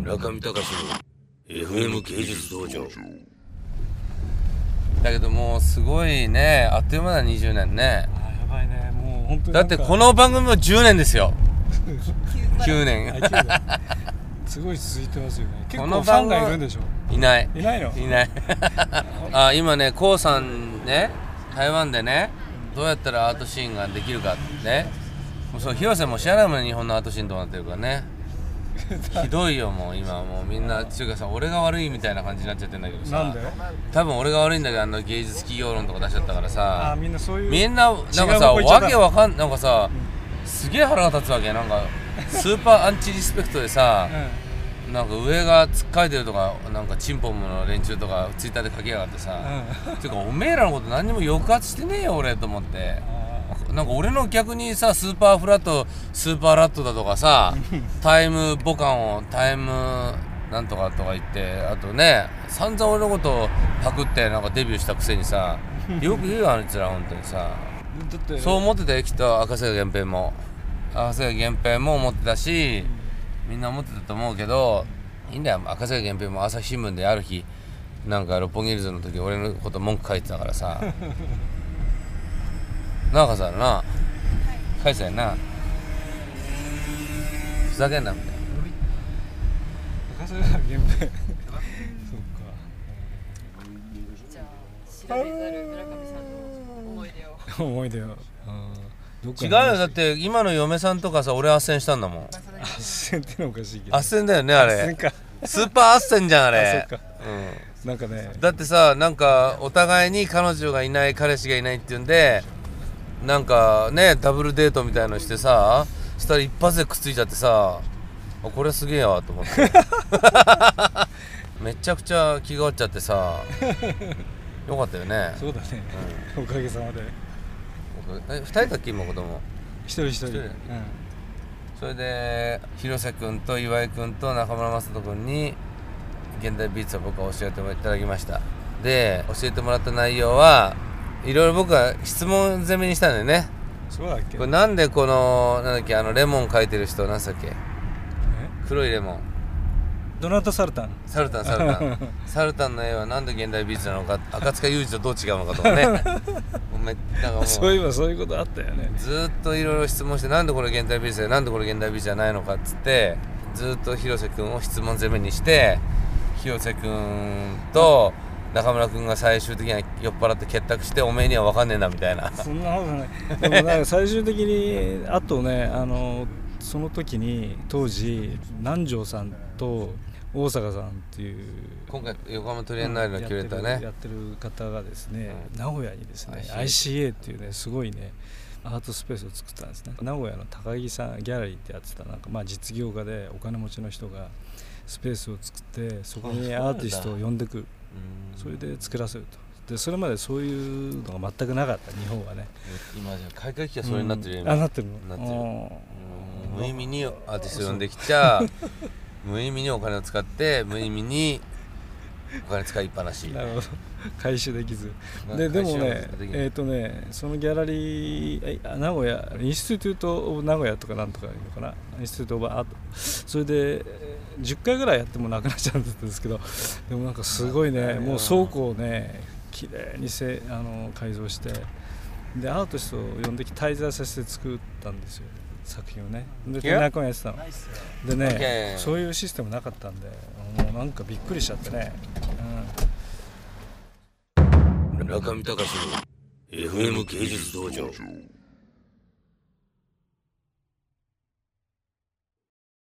中見隆の FM 芸術道場。だけどもうすごいね、あっという間だ20年ね。 あーやばいね、もう本当にだってこの番組も10年ですよ。9年すごい続いてますよね。結こ構ファンの番組がいるんでしょ。 いないいないの。 いないあ、今ね、コウさんね、台湾でね、どうやったらアートシーンができるかね、もうその広瀬も知らないもんね、日本のアートシーンどうなってるかね。ひどいよ、もう今もうみんなつうかさ、俺が悪いみたいな感じになっちゃってんだけどさ。 なんで？ 多分俺が悪いんだけど、芸術企業論とか出しちゃったからさ。 みんなそういう。 みんななんかさ、わけわかんなんかさ、すげえ腹が立つわけ。なんかスーパーアンチリスペクトでさ、なんか上がつっかえてるとか、なんかチンポムの連中とかツイッターで書きやがってさ、てかおめえらのこと何にも抑圧してねえよ俺と思って。なんか俺の逆にさ、スーパーフラット、スーパーラットだとかさ、タイムボカンをタイムなんとかとか言って、あとね、散々俺のことをパクってなんかデビューしたくせにさ、よく言うよあいつら本当にさ。 だってそう思ってたよきっと。赤瀬源平も思ってたし、みんな思ってたと思うけど、いいんだよ。赤瀬源平も朝日新聞である日なんか六本木ヒルズの時俺のこと文句書いてたからさなんかさな書いてたよな、ふざけんなみたいな。 赤瀬源平そっか。 じゃあ知られざる村上さんの思い出を思い出を。 違うよ、だって今の嫁さんとかさ、俺斡旋したんだもん。 斡旋ってのおかしいけど。 斡旋だよねあれ。 斡旋か。 スーパー斡旋じゃんあれ。 そっか。なんかね。 だってさ、なんかお互いに彼女がいない、彼氏がいないっていうんで、なんかね、ダブルデートみたいのしてさ、したら一発でくっついちゃってさ、あ、これすげえわと思ってめちゃくちゃ気が合っちゃってさよかったよね。 そうだね、おかげさまで。 2人だっけ今子供。 一人。 それで広瀬君と岩井君と中村雅人君に現代美術を僕は教えていただきました。で教えてもらった内容はいろいろ僕は質問攻めにしたんだよね。 そうだっけ。 これなんでこのなんだっけ、レモン描いてる人なんだっけ、黒いレモン、 ドナト・サルタンサルタンの絵はなんで現代美術なのか、赤塚裕二とどう違うのかとかねなんかもうそういえばそういうことあったよね。 ずっといろいろ質問して、なんでこれ現代美術でなんでこれ現代美術じゃないのかっつって、ずっと広瀬君を質問攻めにして、広瀬君と中村君が最終的には酔っ払って結託して、おめえには分かんねえなみたいな。 そんなことない。でもなんか最終的にあとね、その時に当時南條さんと大阪さんっていう今回横浜トリエンナーレのキュレーターね、 やってる方がですね、名古屋にですね ICA っていうねすごいねアートスペースを作ったんですね。名古屋の高木さんギャラリーってやってた、なんか実業家でお金持ちの人がスペースを作って、そこにアーティストを呼んでくる。それで作らせると。でそれまでそういうのが全くなかった日本はね。 今じゃ開会期はそれになってるよ、 なってる無意味にアーティスト呼んできちゃ無意味にお金を使って、無意味にお金使いっぱなし。 なるほど。回収できずでもね、そのギャラリー名古屋インスティテュート・オブ・名古屋とかなんとかいうのかな、インスティテュート・オブ・アート、それで10回ぐらいやってもなくなっちゃうんですけど、でもなんかすごいね、もう倉庫をねきれいに改造して、でアーティストを呼んでき滞在させて作ったんですよ、作品をね。で展覧会やってたのでね、そういうシステムなかったんで、もうなんかびっくりしちゃってね。 中見隆の FM 芸術道場。